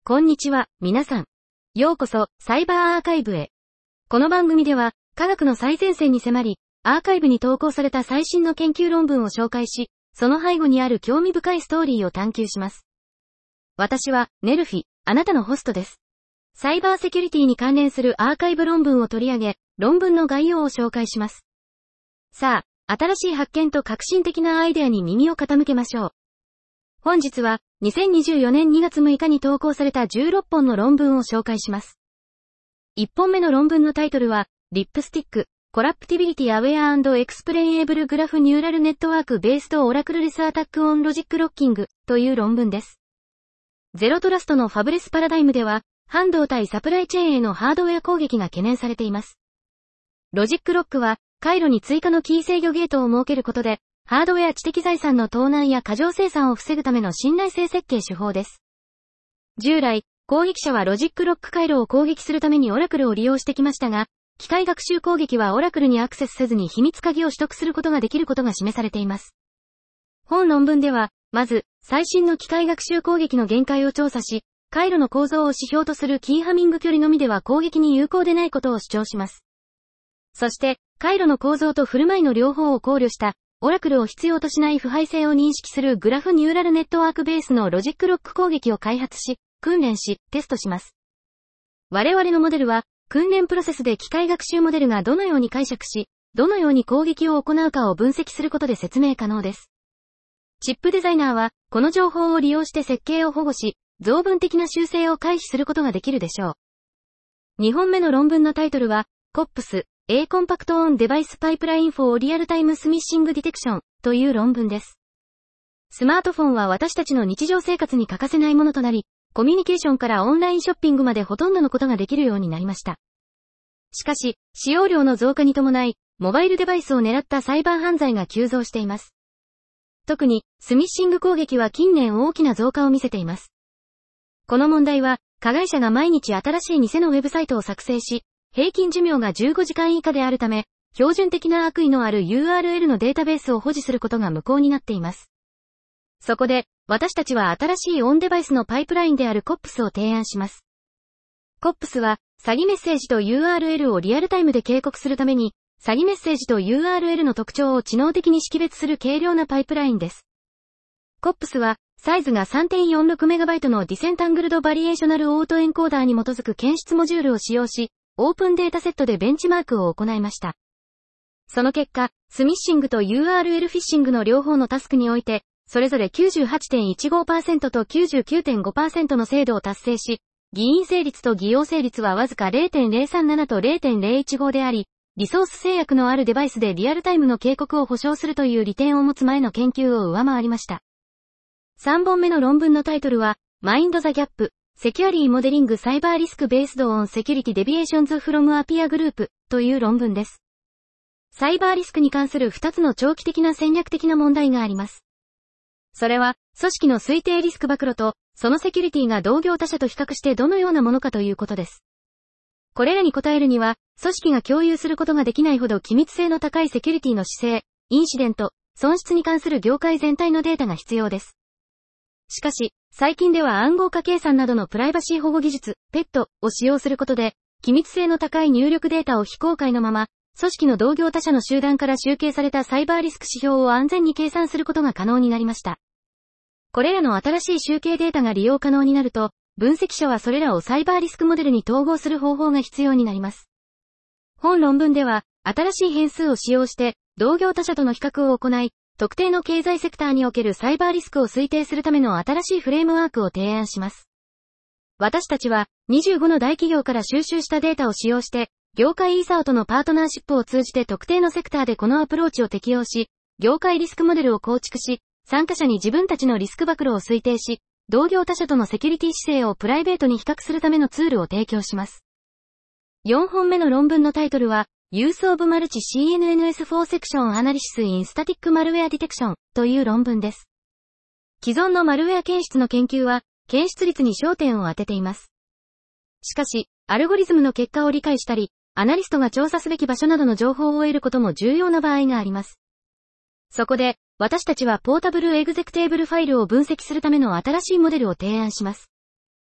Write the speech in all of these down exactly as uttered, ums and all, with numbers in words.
こんにちは、皆さん。ようこそ、サイバーアーカイブへ。この番組では、科学の最前線に迫り、アーカイブに投稿された最新の研究論文を紹介し、その背後にある興味深いストーリーを探求します。私は、ネルフィ、あなたのホストです。サイバーセキュリティに関連するアーカイブ論文を取り上げ、論文の概要を紹介します。さあ、新しい発見と革新的なアイデアに耳を傾けましょう。本日は、にせんにじゅうよねんにがつむいかに投稿されたじゅうろっぽんの論文を紹介します。いっぽんめの論文のタイトルは、リップスティック、コラプティビリティアウェア&エクスプレインエーブルグラフニューラルネットワークベースドオラクルレスアタックオンロジックロッキングという論文です。ゼロトラストのファブレスパラダイムでは、半導体サプライチェーンへのハードウェア攻撃が懸念されています。ロジックロックは、回路に追加のキー制御ゲートを設けることで、ハードウェア知的財産の盗難や過剰生産を防ぐための信頼性設計手法です。従来、攻撃者はロジックロック回路を攻撃するためにオラクルを利用してきましたが、機械学習攻撃はオラクルにアクセスせずに秘密鍵を取得することができることが示されています。本論文では、まず、最新の機械学習攻撃の限界を調査し、回路の構造を指標とするキーハミング距離のみでは攻撃に有効でないことを主張します。そして、回路の構造と振る舞いの両方を考慮した、オラクルを必要としない腐敗性を認識するグラフニューラルネットワークベースのロジックロック攻撃を開発し、訓練し、テストします。我々のモデルは、訓練プロセスで機械学習モデルがどのように解釈し、どのように攻撃を行うかを分析することで説明可能です。チップデザイナーは、この情報を利用して設計を保護し、造文的な修正を回避することができるでしょう。にほんめの論文のタイトルは、コップス、A Compact on Device Pipeline for Real-Time Smishing Detection という論文です。スマートフォンは私たちの日常生活に欠かせないものとなり、コミュニケーションからオンラインショッピングまでほとんどのことができるようになりました。しかし、使用量の増加に伴い、モバイルデバイスを狙ったサイバー犯罪が急増しています。特に、スミッシング攻撃は近年大きな増加を見せています。この問題は、加害者が毎日新しい偽のウェブサイトを作成し、平均寿命がじゅうごじかん以下であるため、標準的な悪意のある ユーアールエル のデータベースを保持することが無効になっています。そこで、私たちは新しいオンデバイスのパイプラインである コップス を提案します。コップス は、詐欺メッセージと ユーアールエル をリアルタイムで警告するために、詐欺メッセージと ユーアールエル の特徴を知能的に識別する軽量なパイプラインです。コップス は、サイズが さんてんよんろくメガバイト のディセンタングルドバリエーショナルオートエンコーダーに基づく検出モジュールを使用し、オープンデータセットでベンチマークを行いました。その結果、スミッシングと ユーアールエル フィッシングの両方のタスクにおいて、それぞれ きゅうじゅうはちてんいちごパーセント と きゅうじゅうきゅうてんごパーセント の精度を達成し、偽陰性率と偽陽性率はわずか れいてんれいさんなな と れいてんれいいちご であり、リソース制約のあるデバイスでリアルタイムの警告を保証するという利点を持つ前の研究を上回りました。さんぼんめの論文のタイトルは、Mind the Gap。セキュアリーモデリングサイバーリスクベースドオンセキュリティデビエーションズフロムアピアグループという論文です。サイバーリスクに関するふたつの長期的な戦略的な問題があります。それは、組織の推定リスク暴露と、そのセキュリティが同業他社と比較してどのようなものかということです。これらに答えるには、組織が共有することができないほど機密性の高いセキュリティの姿勢、インシデント、損失に関する業界全体のデータが必要です。しかし、最近では暗号化計算などのプライバシー保護技術、ペット を使用することで、機密性の高い入力データを非公開のまま、組織の同業他社の集団から集計されたサイバーリスク指標を安全に計算することが可能になりました。これらの新しい集計データが利用可能になると、分析者はそれらをサイバーリスクモデルに統合する方法が必要になります。本論文では、新しい変数を使用して、同業他社との比較を行い、特定の経済セクターにおけるサイバーリスクを推定するための新しいフレームワークを提案します。私たちはにじゅうごの大企業から収集したデータを使用して、業界イーサオとのパートナーシップを通じて特定のセクターでこのアプローチを適用し、業界リスクモデルを構築し、参加者に自分たちのリスク暴露を推定し、同業他社とのセキュリティ姿勢をプライベートに比較するためのツールを提供します。よんほんめの論文のタイトルは、Use of Multi シーエヌエヌエス for Section Analysis in Static Malware Detection という論文です。既存のマルウェア検出の研究は、検出率に焦点を当てています。しかし、アルゴリズムの結果を理解したり、アナリストが調査すべき場所などの情報を得ることも重要な場合があります。そこで、私たちはポータブルエグゼクテーブルファイルを分析するための新しいモデルを提案します。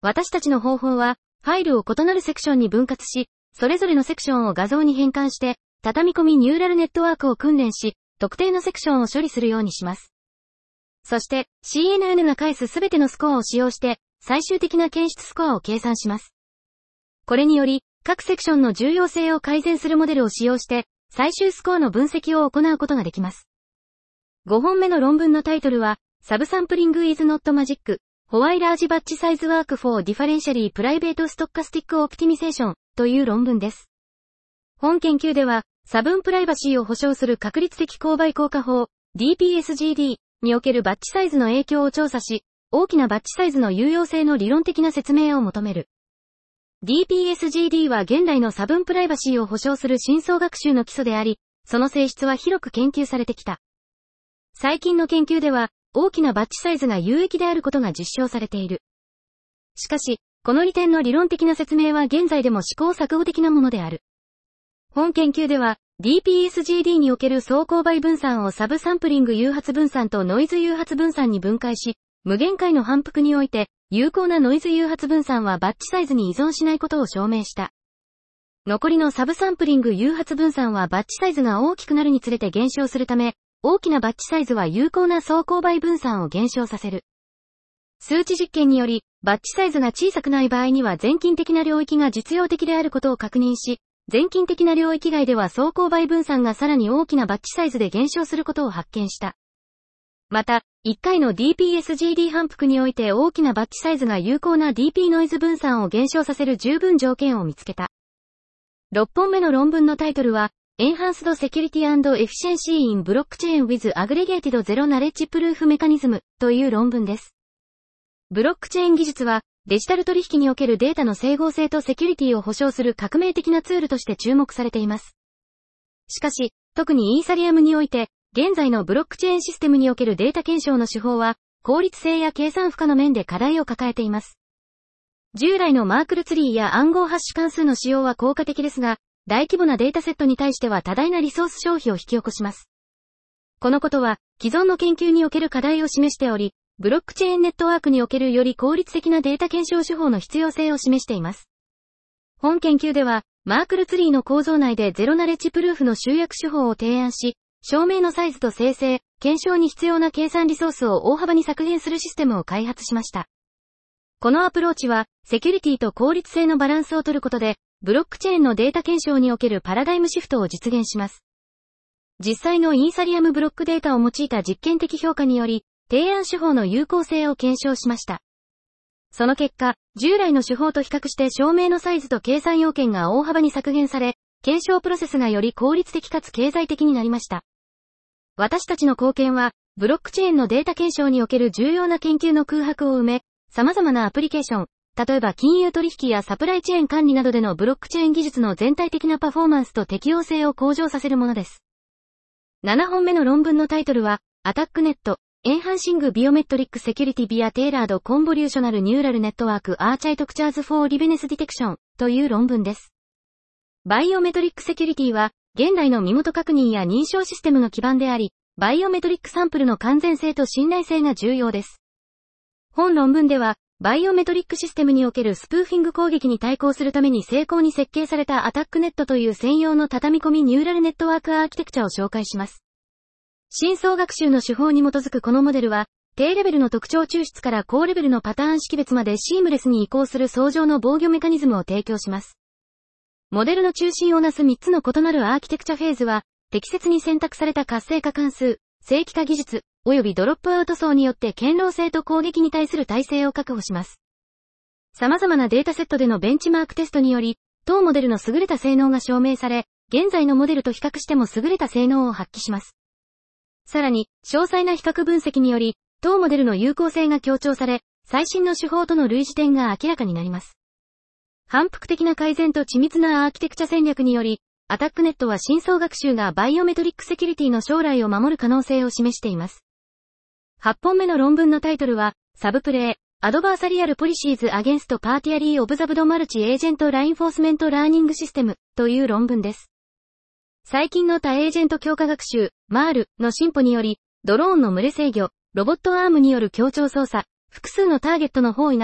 私たちの方法は、ファイルを異なるセクションに分割し、それぞれのセクションを画像に変換して、畳み込みニューラルネットワークを訓練し、特定のセクションを処理するようにします。そして、シーエヌエヌ が返すすべてのスコアを使用して、最終的な検出スコアを計算します。これにより、各セクションの重要性を改善するモデルを使用して、最終スコアの分析を行うことができます。ごほんめの論文のタイトルは、Subsampling is not magic.Why large batch size work for differentially private stochastic optimization という論文です。本研究では、差分プライバシーを保証する確率的勾配効果法 ディーピーエスジーディー におけるバッチサイズの影響を調査し、大きなバッチサイズの有用性の理論的な説明を求める。ディーピーエスジーディー は現代の差分プライバシーを保証する深層学習の基礎であり、その性質は広く研究されてきた。最近の研究では、大きなバッチサイズが有益であることが実証されている。しかし、この利点の理論的な説明は現在でも試行錯誤的なものである。本研究では、ディーピーエスジーディー における総勾配分散をサブサンプリング誘発分散とノイズ誘発分散に分解し、無限回の反復において、有効なノイズ誘発分散はバッチサイズに依存しないことを証明した。残りのサブサンプリング誘発分散はバッチサイズが大きくなるにつれて減少するため、大きなバッチサイズは有効な総勾配分散を減少させる。数値実験により、バッチサイズが小さくない場合には全近的な領域が実用的であることを確認し、全近的な領域外では総勾配分散がさらに大きなバッチサイズで減少することを発見した。また、いっかいの ディーピーエスジーディー 反復において大きなバッチサイズが有効な ディーピー ノイズ分散を減少させる十分条件を見つけた。ろっぽんめの論文のタイトルは、Enhanced Security and Efficiency in Blockchain with Aggregated Zero Knowledge Proof Mechanism という論文です。ブロックチェーン技術は、デジタル取引におけるデータの整合性とセキュリティを保証する革命的なツールとして注目されています。しかし、特にイーサリアムにおいて、現在のブロックチェーンシステムにおけるデータ検証の手法は、効率性や計算負荷の面で課題を抱えています。従来のマークルツリーや暗号ハッシュ関数の使用は効果的ですが、大規模なデータセットに対しては多大なリソース消費を引き起こします。このことは、既存の研究における課題を示しており、ブロックチェーンネットワークにおけるより効率的なデータ検証手法の必要性を示しています。本研究では、マークルツリーの構造内でゼロナレッジプルーフの集約手法を提案し、証明のサイズと生成、検証に必要な計算リソースを大幅に削減するシステムを開発しました。このアプローチは、セキュリティと効率性のバランスを取ることで、ブロックチェーンのデータ検証におけるパラダイムシフトを実現します。実際のイーサリアムブロックデータを用いた実験的評価により、提案手法の有効性を検証しました。その結果、従来の手法と比較して証明のサイズと計算要件が大幅に削減され、検証プロセスがより効率的かつ経済的になりました。私たちの貢献は、ブロックチェーンのデータ検証における重要な研究の空白を埋め、様々なアプリケーション、例えば金融取引やサプライチェーン管理などでのブロックチェーン技術の全体的なパフォーマンスと適用性を向上させるものです。ななほんめの論文のタイトルは、アタックネット、Enhancing Biometric Security via Tailored Convolutional Neural Network Architectures for Liveness Detection という論文です。バイオメトリックセキュリティは、現代の身元確認や認証システムの基盤であり、バイオメトリックサンプルの完全性と信頼性が重要です。本論文では、バイオメトリックシステムにおけるスプーフィング攻撃に対抗するために精巧に設計されたアタックネットという専用の畳み込みニューラルネットワークアーキテクチャを紹介します。深層学習の手法に基づくこのモデルは、低レベルの特徴抽出から高レベルのパターン識別までシームレスに移行する相乗の防御メカニズムを提供します。モデルの中心をなすみっつの異なるアーキテクチャフェーズは、適切に選択された活性化関数、正規化技術、及びドロップアウト層によって堅牢性と攻撃に対する耐性を確保します。様々なデータセットでのベンチマークテストにより、当モデルの優れた性能が証明され、現在のモデルと比較しても優れた性能を発揮します。さらに、詳細な比較分析により、当モデルの有効性が強調され、最新の手法との類似点が明らかになります。反復的な改善と緻密なアーキテクチャ戦略により、アタックネットは深層学習がバイオメトリックセキュリティの将来を守る可能性を示しています。はっぽんめの論文のタイトルは、サブプレイ、アドバーサリアルポリシーズアゲンストパーティアリーオブザブドマルチエージェントラインフォースメントラーニングシステムという論文です。最近の多エージェント強化学習、マール の進歩により、ドローンの群れ制御、ロボットアームによる協調操作、複数のターゲットの包囲など、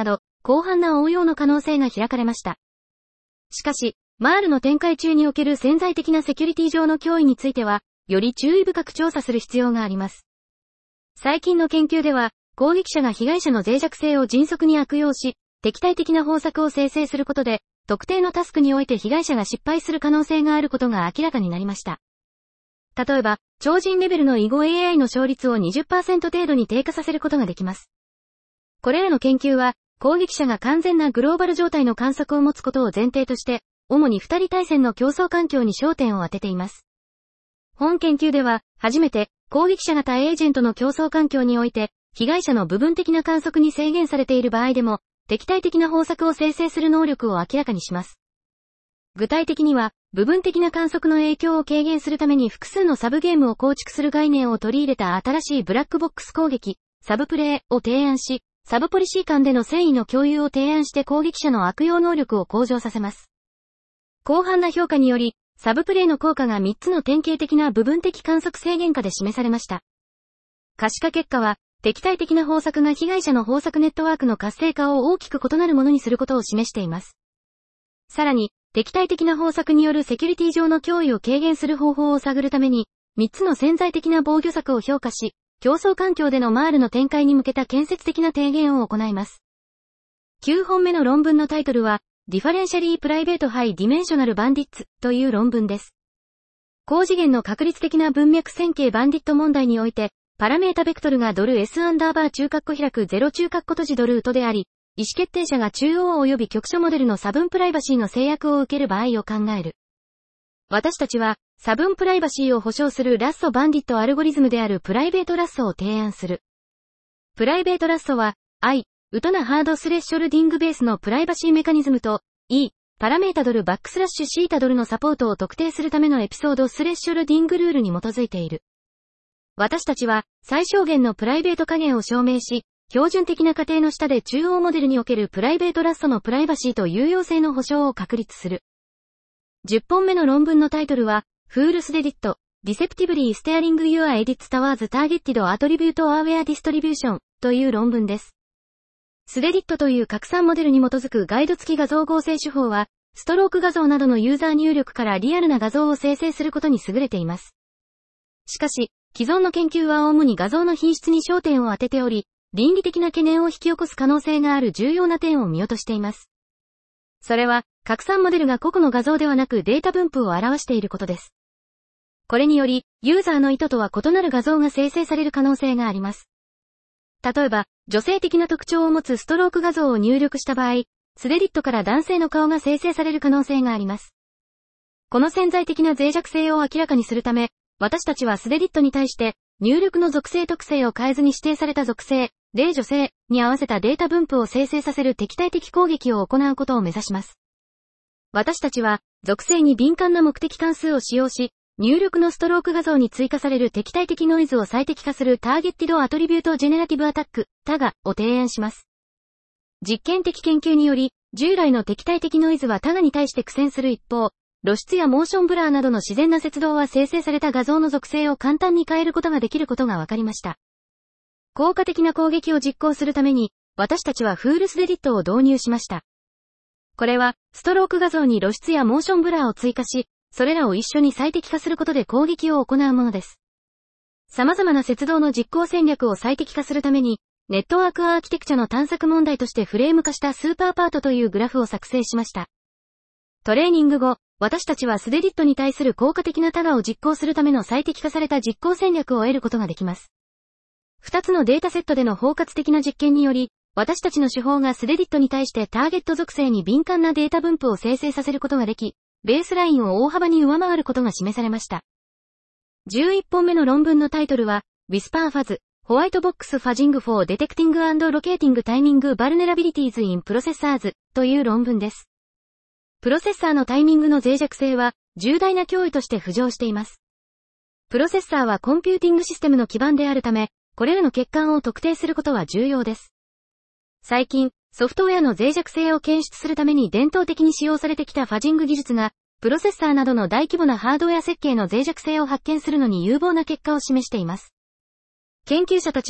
広範な応用の可能性が開かれました。しかし、マールの展開中における潜在的なセキュリティ上の脅威については、より注意深く調査する必要があります。最近の研究では、攻撃者が被害者の脆弱性を迅速に悪用し、敵対的な方策を生成することで、特定のタスクにおいて被害者が失敗する可能性があることが明らかになりました。例えば、超人レベルの囲碁 エーアイ の勝率を にじゅっパーセント 程度に低下させることができます。これらの研究は、攻撃者が完全なグローバル状態の観測を持つことを前提として、主に二人対戦の競争環境に焦点を当てています。本研究では、初めて、攻撃者型エージェントの競争環境において、被害者の部分的な観測に制限されている場合でも、敵対的な方策を生成する能力を明らかにします。具体的には、部分的な観測の影響を軽減するために複数のサブゲームを構築する概念を取り入れた新しいブラックボックス攻撃、サブプレイを提案し、サブポリシー間での戦意の共有を提案して攻撃者の悪用能力を向上させます。広範な評価により、サブプレイの効果がみっつの典型的な部分的観測制限下で示されました。可視化結果は、敵対的な方策が被害者の方策ネットワークの活性化を大きく異なるものにすることを示しています。さらに、敵対的な方策によるセキュリティ上の脅威を軽減する方法を探るために、みっつの潜在的な防御策を評価し、競争環境でのマールの展開に向けた建設的な提言を行います。きゅうほんめの論文のタイトルは、ディファレンシャリープライベートハイディメンショナルバンディッツという論文です。高次元の確率的な文脈線形バンディット問題において、パラメータベクトルがドル S アンダーバー中括弧開くゼロ中括弧閉じドルウトであり、意思決定者が中央及び局所モデルの差分プライバシーの制約を受ける場合を考える。私たちは、差分プライバシーを保証するラッソバンディットアルゴリズムであるプライベートラッソを提案する。プライベートラッソは、I、ウトナハードスレッショルディングベースのプライバシーメカニズムと、E、パラメータドルバックスラッシュシータドルのサポートを特定するためのエピソードスレッショルディングルールに基づいている。私たちは、最小限のプライベート加減を証明し、標準的な過程の下で中央モデルにおけるプライベートラッソのプライバシーと有用性の保証を確立する。じゅっぽんめの論文のタイトルは、Fools Dedit, Deceptively Steering Your Edits Towards Targeted Attribute Aware Distribution という論文です。スレディットという拡散モデルに基づくガイド付き画像合成手法は、ストローク画像などのユーザー入力からリアルな画像を生成することに優れています。しかし、既存の研究は主に画像の品質に焦点を当てており、倫理的な懸念を引き起こす可能性がある重要な点を見落としています。それは、拡散モデルが個々の画像ではなくデータ分布を表していることです。これにより、ユーザーの意図とは異なる画像が生成される可能性があります。例えば、女性的な特徴を持つストローク画像を入力した場合、スレディットから男性の顔が生成される可能性があります。この潜在的な脆弱性を明らかにするため、私たちはスレディットに対して、入力の属性特性を変えずに指定された属性、例女性に合わせたデータ分布を生成させる敵対的攻撃を行うことを目指します。私たちは、属性に敏感な目的関数を使用し、入力のストローク画像に追加される敵対的ノイズを最適化するターゲッティドアトリビュートジェネラティブアタック、タガを提案します。実験的研究により、従来の敵対的ノイズはタガに対して苦戦する一方、露出やモーションブラーなどの自然な接動は生成された画像の属性を簡単に変えることができることが分かりました。効果的な攻撃を実行するために、私たちはフールスデディットを導入しました。これは、ストローク画像に露出やモーションブラーを追加し、それらを一緒に最適化することで攻撃を行うものです。様々な接動の実行戦略を最適化するために、ネットワークアーキテクチャの探索問題としてフレーム化したスーパーパートというグラフを作成しました。トレーニング後、私たちはスデディットに対する効果的なタガを実行するための最適化された実行戦略を得ることができます。二つのデータセットでの包括的な実験により、私たちの手法がスデディットに対してターゲット属性に敏感なデータ分布を生成させることができ、ベースラインを大幅に上回ることが示されました。じゅういっぽんめの論文のタイトルは、Whisper Fuzz, White Box Fuzzing for Detecting and Locating Timing Vulnerabilities in Processors という論文です。プロセッサーのタイミングの脆弱性は、重大な脅威として浮上しています。プロセッサーはコンピューティングシステムの基盤であるため、これらの欠陥を特定することは重要です。最近、ソフトウェアの脆弱性を検出するために伝統的に使用されてきたファジング技術が、プロセッサーなどの大規模なハードウェア設計の脆弱性を発見するのに有望な結果を示しています。研究者たちは、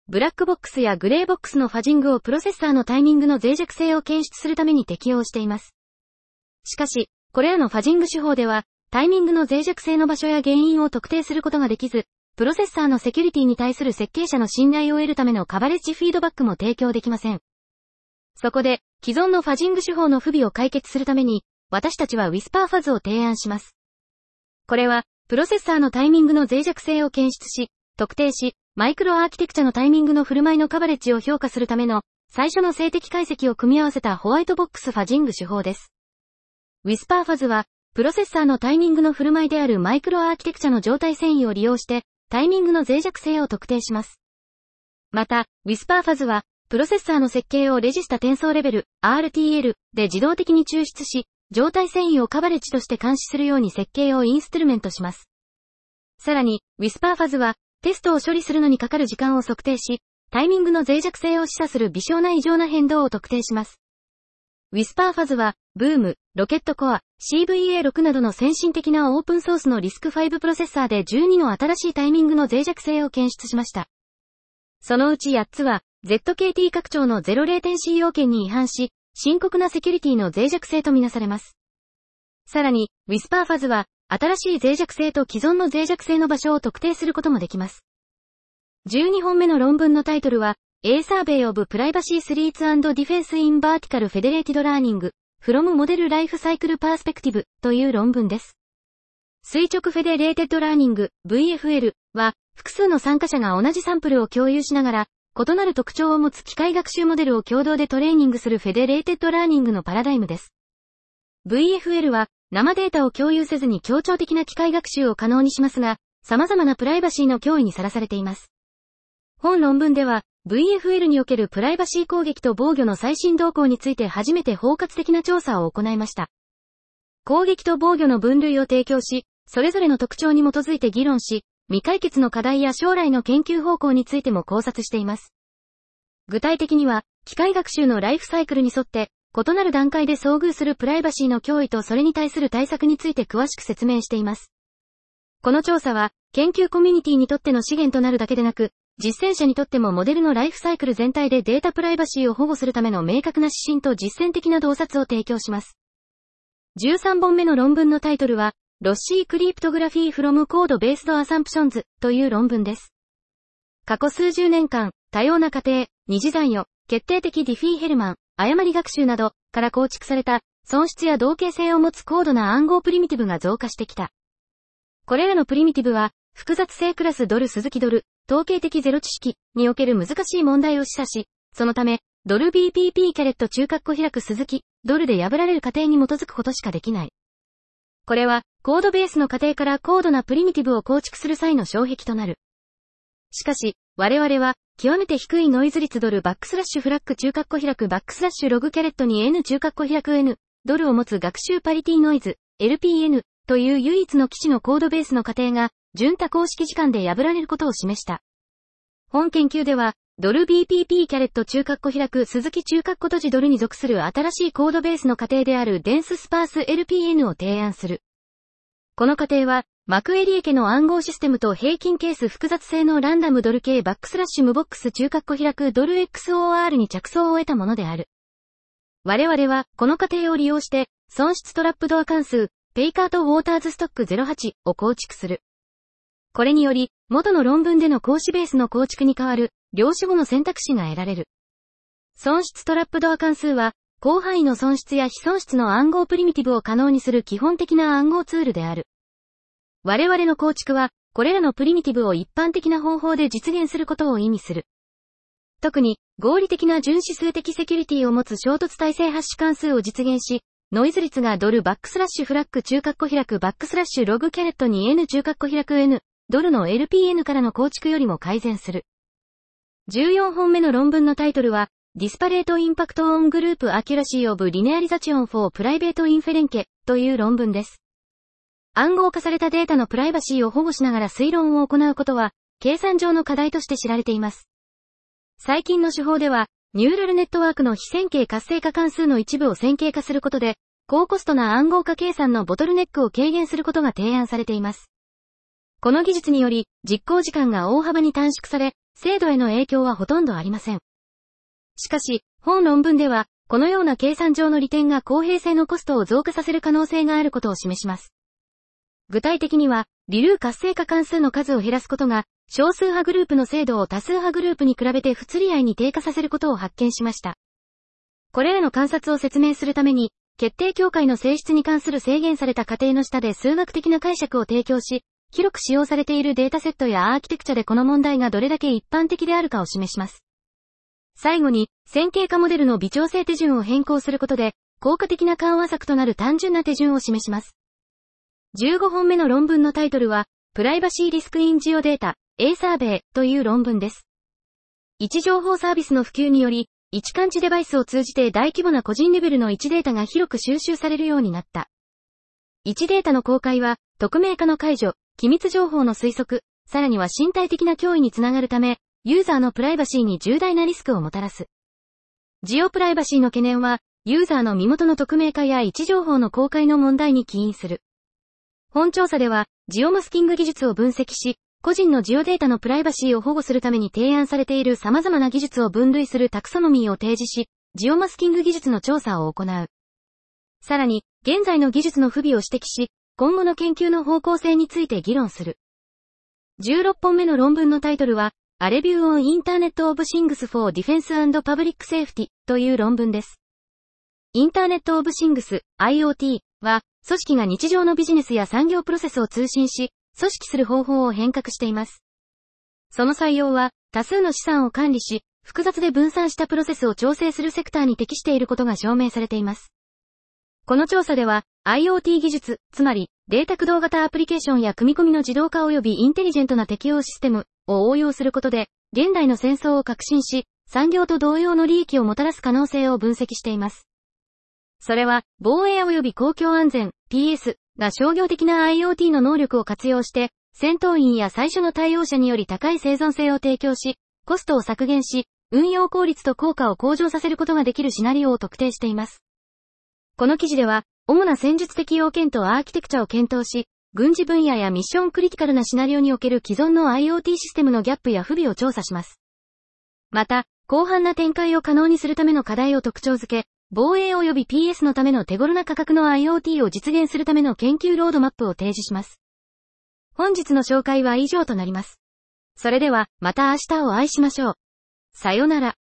ブラックボックスやグレーボックスのファジングをプロセッサーのタイミングの脆弱性を検出するために適用しています。しかし、これらのファジング手法では、タイミングの脆弱性の場所や原因を特定することができず、プロセッサーのセキュリティに対する設計者の信頼を得るためのカバレッジフィードバックも提供できません。そこで、既存のファジング手法の不備を解決するために、私たちは Whisper Fuzz を提案します。これは、プロセッサーのタイミングの脆弱性を検出し、特定し、マイクロアーキテクチャのタイミングの振る舞いのカバレッジを評価するための、最初の静的解析を組み合わせたホワイトボックスファジング手法です。Whisper Fuzz は、プロセッサーのタイミングの振る舞いであるマイクロアーキテクチャの状態遷移を利用して、タイミングの脆弱性を特定します。また、Whisper Fuzz は、プロセッサーの設計をレジスタ転送レベル、アールティーエル で自動的に抽出し、状態遷移をカバレッジとして監視するように設計をインストゥルメントします。さらに、Whisper Fuzz は、テストを処理するのにかかる時間を測定し、タイミングの脆弱性を示唆する微小な異常な変動を特定します。Whisper Fuzz は、ブーム、ロケットコア、シーブイエーろく などの先進的なオープンソースのリスクファイブプロセッサーでじゅうにの新しいタイミングの脆弱性を検出しました。そのうちやっつは、ゼットケーティー 拡張のゼロレーテンシー要件に違反し、深刻なセキュリティの脆弱性とみなされます。さらに、Whisper Fuzz は、新しい脆弱性と既存の脆弱性の場所を特定することもできます。じゅうにほんめの論文のタイトルは、A Survey of Privacy Threats and Defense in Vertical Federated Learning from Model Life Cycle Perspective という論文です。垂直フェデレーテッドラーニング ブイエフエル は、複数の参加者が同じサンプルを共有しながら、異なる特徴を持つ機械学習モデルを共同でトレーニングするフェデレーテッドラーニングのパラダイムです。ブイエフエル は、生データを共有せずに協調的な機械学習を可能にしますが、様々なプライバシーの脅威にさらされています。本論文では、ブイエフエル におけるプライバシー攻撃と防御の最新動向について初めて包括的な調査を行いました。攻撃と防御の分類を提供し、それぞれの特徴に基づいて議論し、未解決の課題や将来の研究方向についても考察しています。具体的には、機械学習のライフサイクルに沿って、異なる段階で遭遇するプライバシーの脅威とそれに対する対策について詳しく説明しています。この調査は、研究コミュニティにとっての資源となるだけでなく、実践者にとってもモデルのライフサイクル全体でデータプライバシーを保護するための明確な指針と実践的な洞察を提供します。じゅうさんぼんめの論文のタイトルは、ロッシークリプトグラフィーフロムコードベースドアサンプションズという論文です。過去数十年間、多様な過程、二次残余、決定的ディフィーヘルマン、誤り学習などから構築された損失や同型性を持つ高度な暗号プリミティブが増加してきた。これらのプリミティブは、複雑性クラスドル鈴木ドル、統計的ゼロ知識における難しい問題を示唆し、そのため、ドル ビーピーピー キャレット中括弧開く鈴木、ドルで破られる過程に基づくことしかできない。これは、コードベースの過程から高度なプリミティブを構築する際の障壁となる。しかし、我々は、極めて低いノイズ率ドルバックスラッシュフラッグ中括弧開くバックスラッシュログキャレットに N 中括弧開く N、ドルを持つ学習パリティノイズ、エルピーエヌ という唯一の基地のコードベースの過程が、準多項式時間で破られることを示した。本研究では、ドル ビーピーピー キャレット中括弧開く鈴木中括弧閉じドルに属する新しいコードベースの過程であるデンススパース エルピーエヌ を提案する。この過程は、マクエリエ家の暗号システムと平均ケース複雑性のランダムドル系バックスラッシュ無ボックス中括弧開くドル エックスオーアール に着想を得たものである。我々は、この過程を利用して、損失トラップドア関数、ペイカートウォーターズストックゼロはちを構築する。これにより、元の論文での格子ベースの構築に代わる、量子語の選択肢が得られる。損失トラップドア関数は、広範囲の損失や非損失の暗号プリミティブを可能にする基本的な暗号ツールである。我々の構築は、これらのプリミティブを一般的な方法で実現することを意味する。特に、合理的な純指数的セキュリティを持つ衝突耐性ハッシュ関数を実現し、ノイズ率がドルバックスラッシュフラッグ中括弧開くバックスラッシュログキャレットに N 中括弧開く N、ドルの エルピーエヌ からの構築よりも改善する。じゅうよんほんめの論文のタイトルは、Disparate Impact on Group Accuracy of Linearization for Private Inference という論文です。暗号化されたデータのプライバシーを保護しながら推論を行うことは、計算上の課題として知られています。最近の手法では、ニューラルネットワークの非線形活性化関数の一部を線形化することで、高コストな暗号化計算のボトルネックを軽減することが提案されています。この技術により、実行時間が大幅に短縮され、 精度への影響はほとんどありません。しかし、本論文では、このような計算上の利点が公平性のコストを増加させる可能性があることを示します。具体的には、リルー活性化関数の数を減らすことが、少数派グループの精度を多数派グループに比べて不釣り合いに低下させることを発見しました。これらの観察を説明するために、決定境界の性質に関する制限された過程の下で数学的な解釈を提供し、広く使用されているデータセットやアーキテクチャでこの問題がどれだけ一般的であるかを示します。最後に、線形化モデルの微調整手順を変更することで、効果的な緩和策となる単純な手順を示します。じゅうごほんめの論文のタイトルは、プライバシーリスクインジオデータ、A サーベイという論文です。位置情報サービスの普及により、位置感知デバイスを通じて大規模な個人レベルの位置データが広く収集されるようになった。位置データの公開は、匿名化の解除、機密情報の推測、さらには身体的な脅威につながるため、ユーザーのプライバシーに重大なリスクをもたらす。ジオプライバシーの懸念は、ユーザーの身元の匿名化や位置情報の公開の問題に起因する。本調査では、ジオマスキング技術を分析し、個人のジオデータのプライバシーを保護するために提案されている様々な技術を分類するタクソノミーを提示し、ジオマスキング技術の調査を行う。さらに、現在の技術の不備を指摘し、今後の研究の方向性について議論する。じゅうろっぽんめの論文のタイトルは、A Review on Internet of Things for Defense and Public Safety という論文です。インターネットオブシングス アイオーティー は、組織が日常のビジネスや産業プロセスを通信し、組織する方法を変革しています。その採用は、多数の資産を管理し、複雑で分散したプロセスを調整するセクターに適していることが証明されています。この調査では、アイオーティー 技術、つまり、データ駆動型アプリケーションや組み込みの自動化及びインテリジェントな適用システムを応用することで、現代の戦争を革新し、産業と同様の利益をもたらす可能性を分析しています。それは、防衛及び公共安全、ピーエス が商業的な アイオーティー の能力を活用して、戦闘員や最初の対応者により高い生存性を提供し、コストを削減し、運用効率と効果を向上させることができるシナリオを特定しています。この記事では、主な戦術的要件とアーキテクチャを検討し、軍事分野やミッションクリティカルなシナリオにおける既存の アイオーティー システムのギャップや不備を調査します。また、広範な展開を可能にするための課題を特徴づけ、防衛及び ピーエス のための手頃な価格の アイオーティー を実現するための研究ロードマップを提示します。本日の紹介は以上となります。それでは、また明日をお会いしましょう。さよなら。